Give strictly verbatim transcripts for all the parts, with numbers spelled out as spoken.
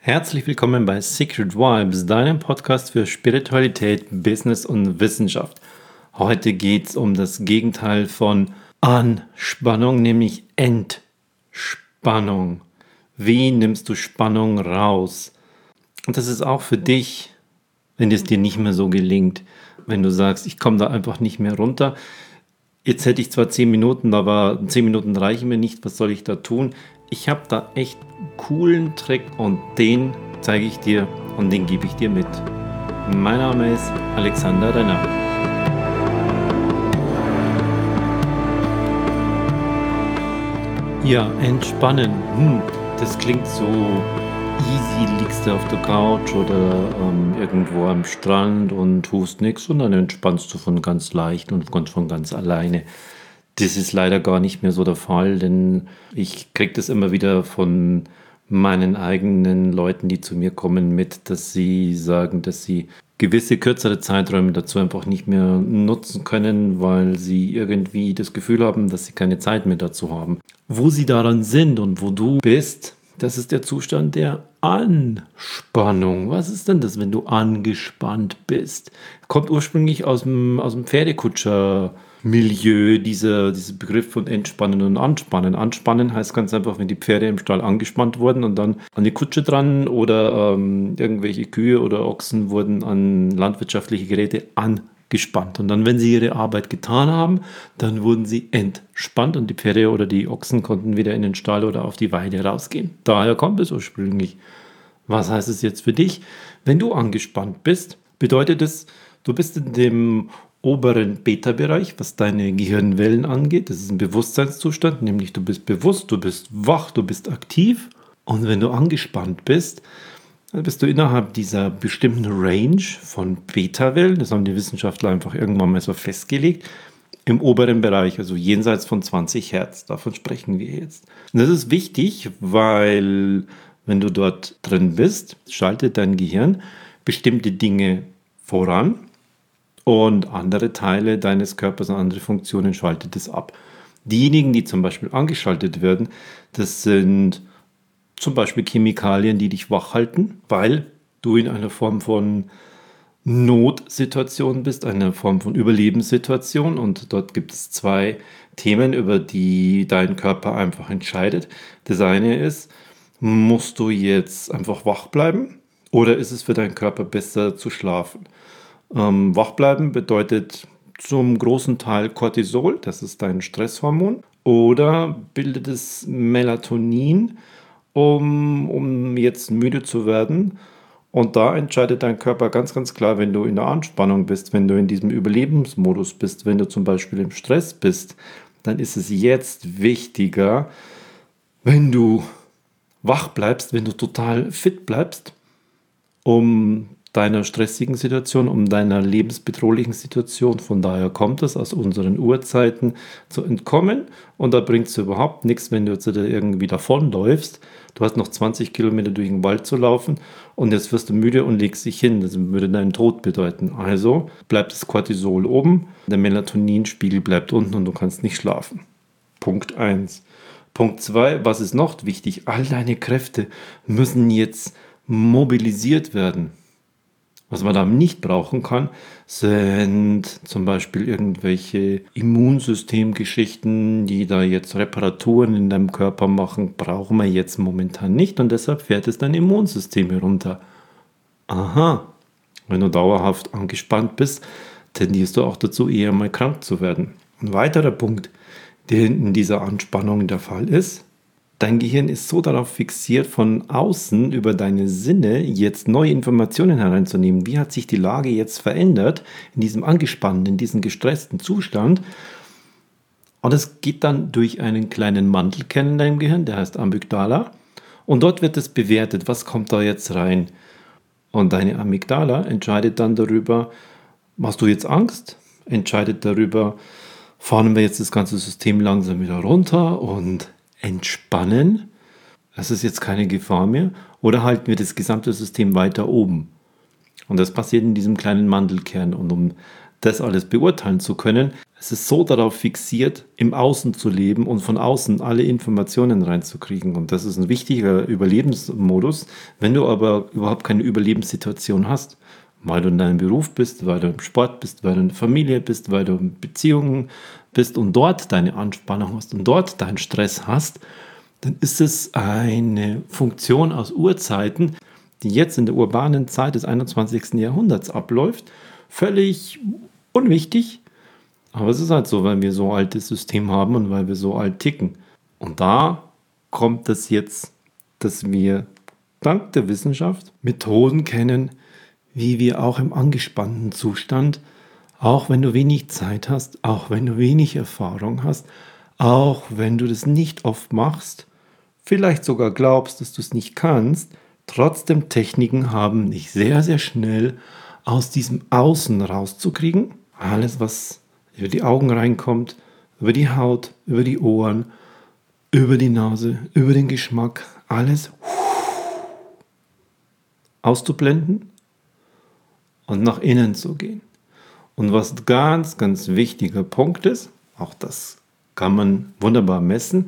Herzlich willkommen bei Secret Vibes, deinem Podcast für Spiritualität, Business und Wissenschaft. Heute geht es um das Gegenteil von Anspannung, nämlich Entspannung. Wie nimmst du Spannung raus? Und das ist auch für dich, wenn es dir nicht mehr so gelingt, wenn du sagst, ich komme da einfach nicht mehr runter. Jetzt hätte ich zwar zehn Minuten, aber zehn Minuten reichen mir nicht, was soll ich da tun? Ich habe da echt einen coolen Trick und den zeige ich dir und den gebe ich dir mit. Mein Name ist Alexander Renner. Ja, entspannen. Hm, das klingt so easy, liegst du auf der Couch oder ähm, irgendwo am Strand und tust nichts und dann entspannst du von ganz leicht und von ganz alleine. Das ist leider gar nicht mehr so der Fall, denn ich kriege das immer wieder von meinen eigenen Leuten, die zu mir kommen, mit, dass sie sagen, dass sie gewisse kürzere Zeiträume dazu einfach nicht mehr nutzen können, weil sie irgendwie das Gefühl haben, dass sie keine Zeit mehr dazu haben. Wo sie daran sind und wo du bist, das ist der Zustand der Anspannung. Was ist denn das, wenn du angespannt bist? Kommt ursprünglich aus dem, aus dem Pferdekutscher-Milieu, dieser, dieser Begriff von Entspannen und Anspannen. Anspannen heißt ganz einfach, wenn die Pferde im Stall angespannt wurden und dann an die Kutsche dran oder ähm, irgendwelche Kühe oder Ochsen wurden an landwirtschaftliche Geräte angespannt. gespannt. Und dann, wenn sie ihre Arbeit getan haben, dann wurden sie entspannt und die Pferde oder die Ochsen konnten wieder in den Stall oder auf die Weide rausgehen. Daher kommt es ursprünglich. Was heißt es jetzt für dich? Wenn du angespannt bist, bedeutet es, du bist in dem oberen Beta-Bereich, was deine Gehirnwellen angeht. Das ist ein Bewusstseinszustand, nämlich du bist bewusst, du bist wach, du bist aktiv. Und wenn du angespannt bist, dann bist du innerhalb dieser bestimmten Range von Beta-Wellen, das haben die Wissenschaftler einfach irgendwann mal so festgelegt, im oberen Bereich, also jenseits von zwanzig Hertz. Davon sprechen wir jetzt. Und das ist wichtig, weil wenn du dort drin bist, schaltet dein Gehirn bestimmte Dinge voran und andere Teile deines Körpers und andere Funktionen schaltet es ab. Diejenigen, die zum Beispiel angeschaltet werden, das sind zum Beispiel Chemikalien, die dich wach halten, weil du in einer Form von Notsituation bist, einer Form von Überlebenssituation. Und dort gibt es zwei Themen, über die dein Körper einfach entscheidet. Das eine ist, musst du jetzt einfach wach bleiben oder ist es für deinen Körper besser zu schlafen? Ähm, wach bleiben bedeutet zum großen Teil Cortisol, das ist dein Stresshormon, oder bildet es Melatonin, Um, um jetzt müde zu werden. Und da entscheidet dein Körper ganz, ganz klar, wenn du in der Anspannung bist, wenn du in diesem Überlebensmodus bist, wenn du zum Beispiel im Stress bist, dann ist es jetzt wichtiger, wenn du wach bleibst, wenn du total fit bleibst, um deiner stressigen Situation, um deiner lebensbedrohlichen Situation. Von daher kommt es aus unseren Urzeiten zu entkommen und da bringt es überhaupt nichts, wenn du jetzt irgendwie davonläufst. Du hast noch zwanzig Kilometer durch den Wald zu laufen und jetzt wirst du müde und legst dich hin. Das würde deinen Tod bedeuten. Also bleibt das Cortisol oben, der Melatoninspiegel bleibt unten und du kannst nicht schlafen. Punkt eins. Punkt zwei, was ist noch wichtig? All deine Kräfte müssen jetzt mobilisiert werden. Was man da nicht brauchen kann, sind zum Beispiel irgendwelche Immunsystemgeschichten, die da jetzt Reparaturen in deinem Körper machen, brauchen wir jetzt momentan nicht und deshalb fährt es dein Immunsystem herunter. Aha, wenn du dauerhaft angespannt bist, tendierst du auch dazu, eher mal krank zu werden. Ein weiterer Punkt, der in dieser Anspannung der Fall ist: Dein Gehirn ist so darauf fixiert, von außen über deine Sinne jetzt neue Informationen hereinzunehmen. Wie hat sich die Lage jetzt verändert in diesem angespannten, in diesem gestressten Zustand? Und es geht dann durch einen kleinen Mantelkern in deinem Gehirn, der heißt Amygdala. Und dort wird es bewertet, was kommt da jetzt rein. Und deine Amygdala entscheidet dann darüber, hast du jetzt Angst? Entscheidet darüber, fahren wir jetzt das ganze System langsam wieder runter und entspannen, es ist jetzt keine Gefahr mehr, oder halten wir das gesamte System weiter oben? Und das passiert in diesem kleinen Mantelkern. Und um das alles beurteilen zu können. Es ist so darauf fixiert, im Außen zu leben und von außen alle Informationen reinzukriegen. Und das ist ein wichtiger Überlebensmodus. Wenn du aber überhaupt keine Überlebenssituation hast, weil du in deinem Beruf bist, weil du im Sport bist, weil du in der Familie bist, weil du in Beziehungen bist und dort deine Anspannung hast und dort deinen Stress hast, dann ist es eine Funktion aus Urzeiten, die jetzt in der urbanen Zeit des einundzwanzigsten Jahrhunderts abläuft. Völlig unwichtig, aber es ist halt so, weil wir so ein altes System haben und weil wir so alt ticken. Und da kommt es jetzt, dass wir dank der Wissenschaft Methoden kennen, wie wir auch im angespannten Zustand, auch wenn du wenig Zeit hast, auch wenn du wenig Erfahrung hast, auch wenn du das nicht oft machst, vielleicht sogar glaubst, dass du es nicht kannst, trotzdem Techniken haben, dich sehr, sehr schnell aus diesem Außen rauszukriegen. Alles, was über die Augen reinkommt, über die Haut, über die Ohren, über die Nase, über den Geschmack, alles auszublenden und nach innen zu gehen. Und was ein ganz, ganz wichtiger Punkt ist, auch das kann man wunderbar messen,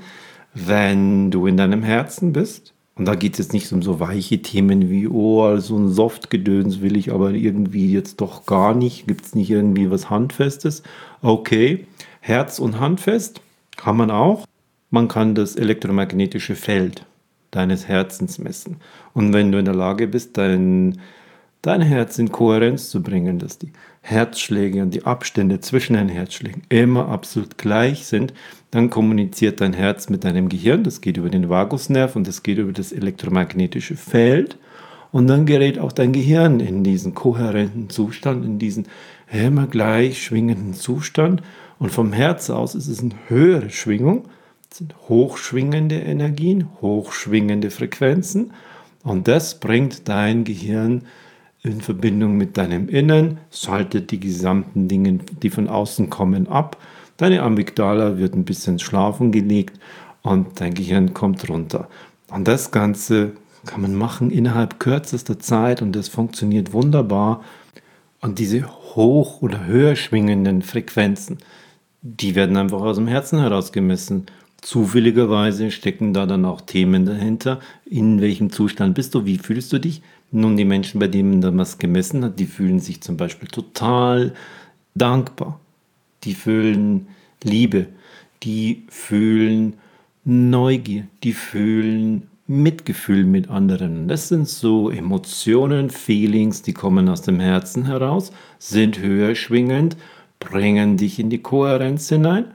wenn du in deinem Herzen bist, und da geht es jetzt nicht um so weiche Themen wie, oh, so ein Softgedöns will ich aber irgendwie jetzt doch gar nicht, gibt es nicht irgendwie was Handfestes? Okay, Herz und Handfest kann man auch. Man kann das elektromagnetische Feld deines Herzens messen. Und wenn du in der Lage bist, dein dein Herz in Kohärenz zu bringen, dass die Herzschläge und die Abstände zwischen den Herzschlägen immer absolut gleich sind, dann kommuniziert dein Herz mit deinem Gehirn, das geht über den Vagusnerv und das geht über das elektromagnetische Feld und dann gerät auch dein Gehirn in diesen kohärenten Zustand, in diesen immer gleich schwingenden Zustand und vom Herz aus ist es eine höhere Schwingung, das sind hochschwingende Energien, hochschwingende Frequenzen und das bringt dein Gehirn in Verbindung mit deinem Innen, schaltet die gesamten Dinge, die von außen kommen, ab. Deine Amygdala wird ein bisschen schlafen gelegt und dein Gehirn kommt runter. Und das Ganze kann man machen innerhalb kürzester Zeit und das funktioniert wunderbar. Und diese hoch- oder höher schwingenden Frequenzen, die werden einfach aus dem Herzen heraus gemessen. Zufälligerweise stecken da dann auch Themen dahinter. In welchem Zustand bist du? Wie fühlst du dich? Nun, die Menschen, bei denen man was gemessen hat, die fühlen sich zum Beispiel total dankbar. Die fühlen Liebe. Die fühlen Neugier. Die fühlen Mitgefühl mit anderen. Das sind so Emotionen, Feelings, die kommen aus dem Herzen heraus, sind höher schwingend, bringen dich in die Kohärenz hinein.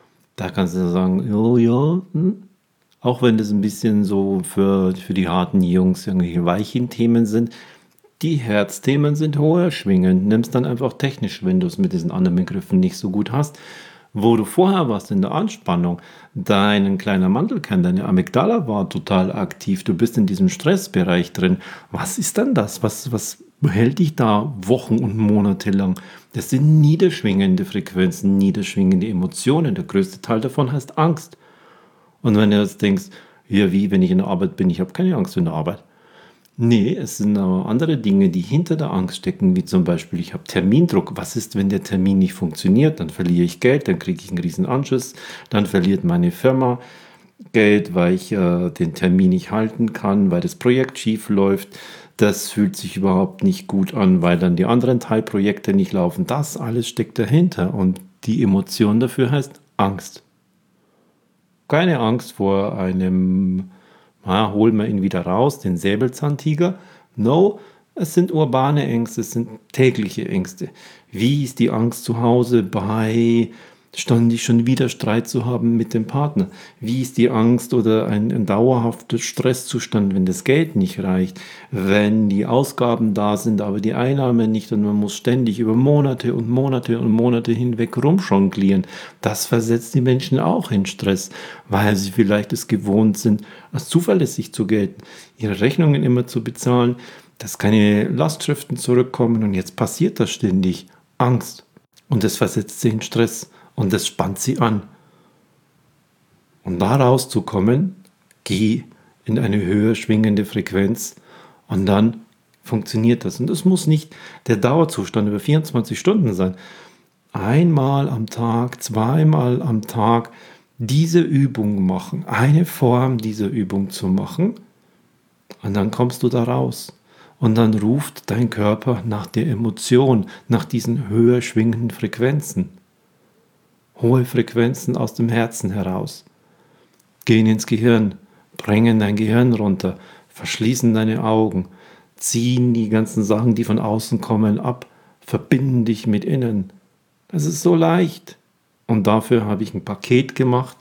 Da kannst du sagen, oh ja, hm. Auch wenn das ein bisschen so für, für die harten Jungs irgendwelche weichen Themen sind, die Herzthemen sind höher schwingend. Nimm es dann einfach technisch, wenn du es mit diesen anderen Begriffen nicht so gut hast. Wo du vorher warst in der Anspannung, dein kleiner Mandelkern, deine Amygdala war total aktiv, du bist in diesem Stressbereich drin. Was ist denn das? Was, was hält dich da Wochen und Monate lang? Das sind niederschwingende Frequenzen, niederschwingende Emotionen. Der größte Teil davon heißt Angst. Und wenn du jetzt denkst, ja wie, wenn ich in der Arbeit bin, ich habe keine Angst in der Arbeit. Nee, es sind aber andere Dinge, die hinter der Angst stecken, wie zum Beispiel, ich habe Termindruck. Was ist, wenn der Termin nicht funktioniert? Dann verliere ich Geld, dann kriege ich einen riesen Anschiss, dann verliert meine Firma Geld, weil ich äh, den Termin nicht halten kann, weil das Projekt schief läuft. Das fühlt sich überhaupt nicht gut an, weil dann die anderen Teilprojekte nicht laufen. Das alles steckt dahinter und die Emotion dafür heißt Angst. Keine Angst vor einem, na, holen wir ihn wieder raus, den Säbelzahntiger. No, es sind urbane Ängste, es sind tägliche Ängste. Wie ist die Angst zu Hause bei ständig schon wieder Streit zu haben mit dem Partner? Wie ist die Angst oder ein, ein dauerhafter Stresszustand, wenn das Geld nicht reicht, wenn die Ausgaben da sind, aber die Einnahmen nicht und man muss ständig über Monate und Monate und Monate hinweg rumjonglieren? Das versetzt die Menschen auch in Stress, weil sie vielleicht es gewohnt sind, als zuverlässig zu gelten, ihre Rechnungen immer zu bezahlen, dass keine Lastschriften zurückkommen und jetzt passiert das ständig. Angst. Und das versetzt sie in Stress. Und das spannt sie an. Und da rauszukommen, geh in eine höher schwingende Frequenz und dann funktioniert das. Und das muss nicht der Dauerzustand über vierundzwanzig Stunden sein. einmal am Tag, zweimal am Tag diese Übung machen, eine Form dieser Übung zu machen, und dann kommst du da raus. Und dann ruft dein Körper nach der Emotion, nach diesen höher schwingenden Frequenzen. Hohe Frequenzen aus dem Herzen heraus. Gehen ins Gehirn, bringen dein Gehirn runter, verschließen deine Augen, ziehen die ganzen Sachen, die von außen kommen, ab, verbinden dich mit innen. Das ist so leicht. Und dafür habe ich ein Paket gemacht.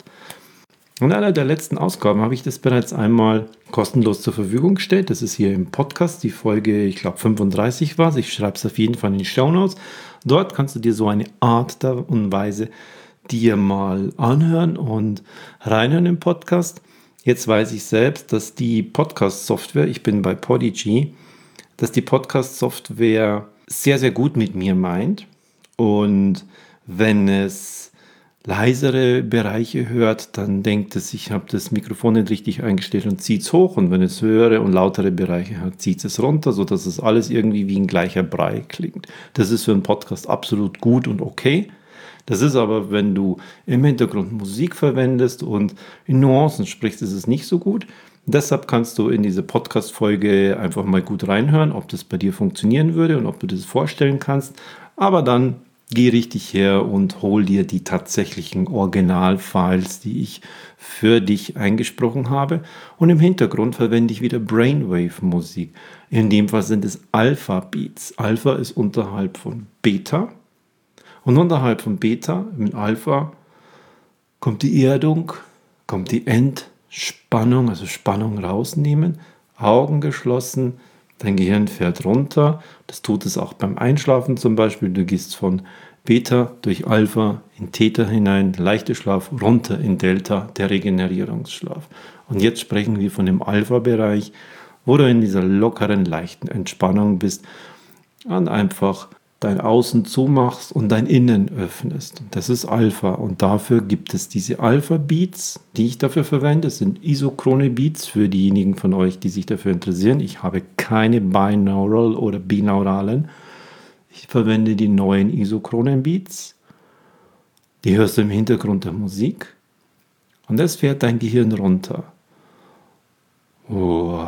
In einer der letzten Ausgaben habe ich das bereits einmal kostenlos zur Verfügung gestellt. Das ist hier im Podcast, die Folge, ich glaube fünfunddreißig war es. Ich schreibe es auf jeden Fall in die Shownotes. Dort kannst du dir so eine Art und Weise dir mal anhören und reinhören im Podcast. Jetzt weiß ich selbst, dass die Podcast-Software, ich bin bei Podigy, dass die Podcast-Software sehr, sehr gut mit mir meint. Und wenn es leisere Bereiche hört, dann denkt es, ich habe das Mikrofon nicht richtig eingestellt und zieht es hoch. Und wenn es höhere und lautere Bereiche hat, zieht es runter, sodass es alles irgendwie wie ein gleicher Brei klingt. Das ist für einen Podcast absolut gut und okay. Das ist aber, wenn du im Hintergrund Musik verwendest und in Nuancen sprichst, ist es nicht so gut. Deshalb kannst du in diese Podcast-Folge einfach mal gut reinhören, ob das bei dir funktionieren würde und ob du das vorstellen kannst. Aber dann geh richtig her und hol dir die tatsächlichen Original-Files, die ich für dich eingesprochen habe. Und im Hintergrund verwende ich wieder Brainwave-Musik. In dem Fall sind es Alpha-Beats. Alpha ist unterhalb von Beta. Und unterhalb von Beta, mit Alpha, kommt die Erdung, kommt die Entspannung, also Spannung rausnehmen, Augen geschlossen, dein Gehirn fährt runter. Das tut es auch beim Einschlafen zum Beispiel. Du gehst von Beta durch Alpha in Theta hinein, leichter Schlaf, runter in Delta, der Regenerierungsschlaf. Und jetzt sprechen wir von dem Alpha-Bereich, wo du in dieser lockeren, leichten Entspannung bist und einfach dein Außen zumachst und dein Innen öffnest. Das ist Alpha und dafür gibt es diese Alpha-Beats, die ich dafür verwende. Das sind isochrone Beats für diejenigen von euch, die sich dafür interessieren. Ich habe keine binaural oder binauralen. Ich verwende die neuen isochronen Beats. Die hörst du im Hintergrund der Musik und das fährt dein Gehirn runter. Oh.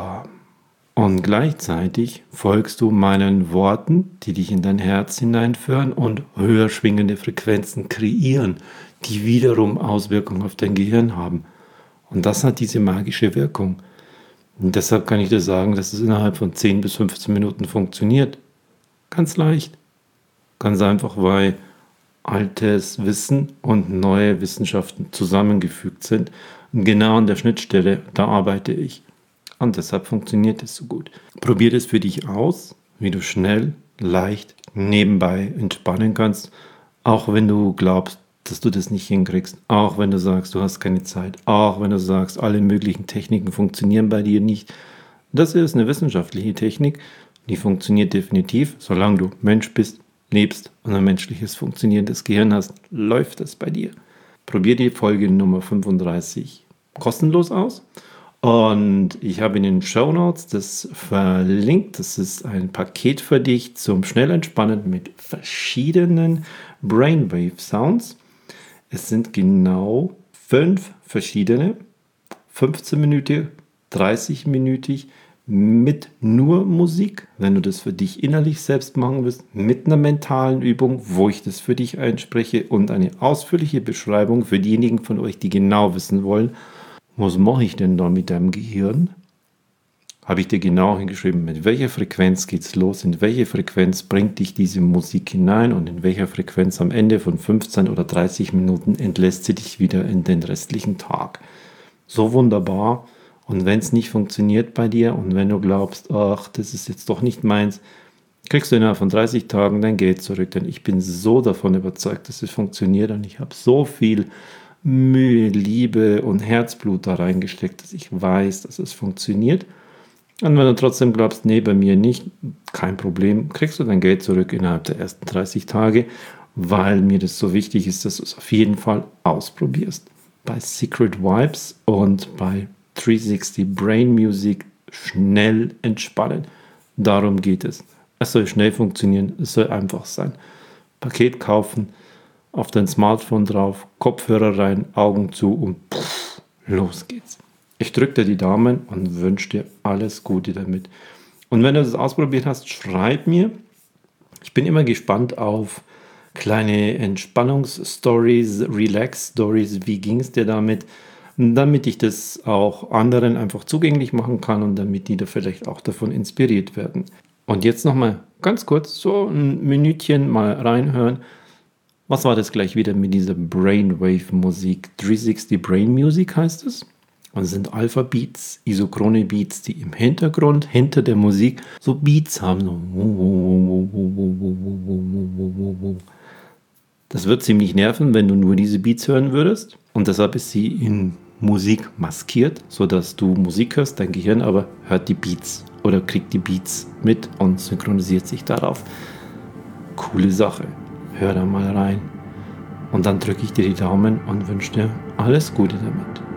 Und gleichzeitig folgst du meinen Worten, die dich in dein Herz hineinführen und höher schwingende Frequenzen kreieren, die wiederum Auswirkungen auf dein Gehirn haben. Und das hat diese magische Wirkung. Und deshalb kann ich dir sagen, dass es innerhalb von zehn bis fünfzehn Minuten funktioniert. Ganz leicht. Ganz einfach, weil altes Wissen und neue Wissenschaften zusammengefügt sind. Und genau an der Schnittstelle, da arbeite ich. Und deshalb funktioniert es so gut. Probier es für dich aus, wie du schnell, leicht, nebenbei entspannen kannst, auch wenn du glaubst, dass du das nicht hinkriegst, auch wenn du sagst, du hast keine Zeit, auch wenn du sagst, alle möglichen Techniken funktionieren bei dir nicht. Das ist eine wissenschaftliche Technik, die funktioniert definitiv, solange du Mensch bist, lebst und ein menschliches funktionierendes Gehirn hast, läuft das bei dir. Probier die Folge Nummer fünfunddreißig kostenlos aus. Und ich habe in den Shownotes das verlinkt. Das ist ein Paket für dich zum Schnellentspannen mit verschiedenen Brainwave-Sounds. Es sind genau fünf verschiedene, fünfzehn-minütig, dreißig-minütig, mit nur Musik, wenn du das für dich innerlich selbst machen willst, mit einer mentalen Übung, wo ich das für dich einspreche und eine ausführliche Beschreibung für diejenigen von euch, die genau wissen wollen, was mache ich denn da mit deinem Gehirn? Habe ich dir genau hingeschrieben, mit welcher Frequenz geht es los, in welche Frequenz bringt dich diese Musik hinein und in welcher Frequenz am Ende von fünfzehn oder dreißig Minuten entlässt sie dich wieder in den restlichen Tag. So wunderbar. Und wenn es nicht funktioniert bei dir und wenn du glaubst, ach, das ist jetzt doch nicht meins, kriegst du innerhalb von dreißig Tagen dein Geld zurück. Denn ich bin so davon überzeugt, dass es funktioniert und ich habe so viel Mühe, Liebe und Herzblut da reingesteckt, dass ich weiß, dass es funktioniert. Und wenn du trotzdem glaubst, nee, bei mir nicht, kein Problem, kriegst du dein Geld zurück innerhalb der ersten dreißig Tage, weil mir das so wichtig ist, dass du es auf jeden Fall ausprobierst. Bei Secret Vibes und bei dreihundertsechzig Brain Music schnell entspannen. Darum geht es. Es soll schnell funktionieren, es soll einfach sein. Paket kaufen, auf dein Smartphone drauf, Kopfhörer rein, Augen zu und pff, los geht's. Ich drücke dir die Daumen und wünsche dir alles Gute damit. Und wenn du das ausprobiert hast, schreib mir. Ich bin immer gespannt auf kleine Entspannungsstories, Relax-Stories. Wie ging es dir damit? Damit ich das auch anderen einfach zugänglich machen kann und damit die da vielleicht auch davon inspiriert werden. Und jetzt nochmal ganz kurz so ein Minütchen mal reinhören. Was war das gleich wieder mit dieser Brainwave-Musik? dreihundertsechzig Brain Music heißt es. Und es sind Alpha-Beats, isochrone Beats, die im Hintergrund, hinter der Musik, so Beats haben. So. Das wird ziemlich nerven, wenn du nur diese Beats hören würdest. Und deshalb ist sie in Musik maskiert, sodass du Musik hörst, dein Gehirn aber hört die Beats oder kriegt die Beats mit und synchronisiert sich darauf. Coole Sache. Hör da mal rein. Und dann drücke ich dir die Daumen und wünsche dir alles Gute damit.